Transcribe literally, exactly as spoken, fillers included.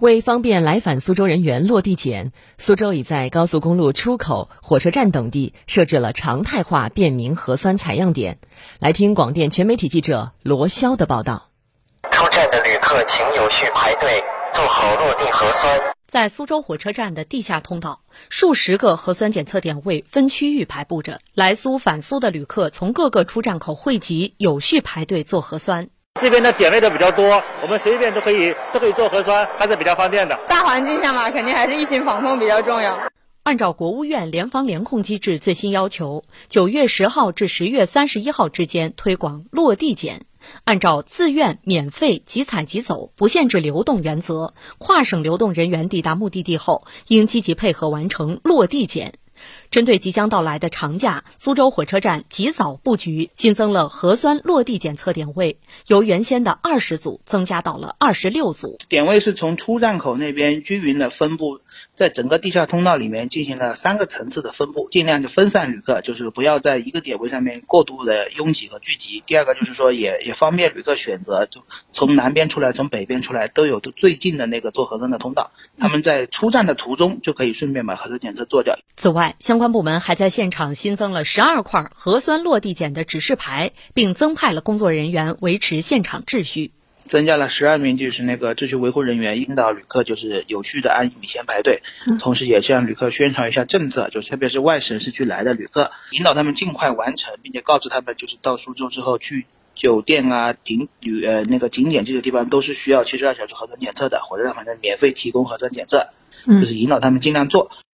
为方便来返苏州人员落地检，苏州已在高速公路出口、火车站等地设置了常态化便民核酸采样点。来听广电全媒体记者罗霄的报道。 出站的旅客请有序排队，做好落地核酸。 在苏州火车站的地下通道，数十个核酸检测点位分区域排布着，来苏返苏的旅客从各个出站口汇集，有序排队做核酸。 这边的点位都比较多，我们随便都可以都可以做核酸，还是比较方便的。 大环境下嘛，肯定还是疫情防控比较重要。 按照国务院联防联控机制最新要求，九月十号至十月三十一号之间推广落地检，按照自愿、免费、即采即走、不限制流动原则，跨省流动人员抵达目的地后，应积极配合完成落地检。针对即将到来的长假，苏州火车站及早布局，新增了核酸落地检测点位，由原先的二十组增加到了二十六组。 点位是从出站口那边均匀的分布，在整个地下通道里面进行了三个层次的分布，尽量就分散旅客，就是不要在一个点位上面过度的拥挤和聚集。第二个就是说也也方便旅客选择，就从南边出来，从北边出来都有最近的那个做核酸的通道，他们在出站的途中就可以顺便把核酸检测做掉。 此外，相关部门还在现场新增了十二块核酸落地检的指示牌，并增派了工作人员维持现场秩序。 增加了十二名就是那个秩序维护人员，引导旅客就是有序的按一米线排队，同时也向旅客宣传一下政策，就特别是外省市区来的旅客，引导他们尽快完成，并且告知他们就是到苏州之后去酒店啊、景旅呃那个景点这些地方都是需要七十二小时核酸检测的，或者让他们免费提供核酸检测，就是引导他们尽量做。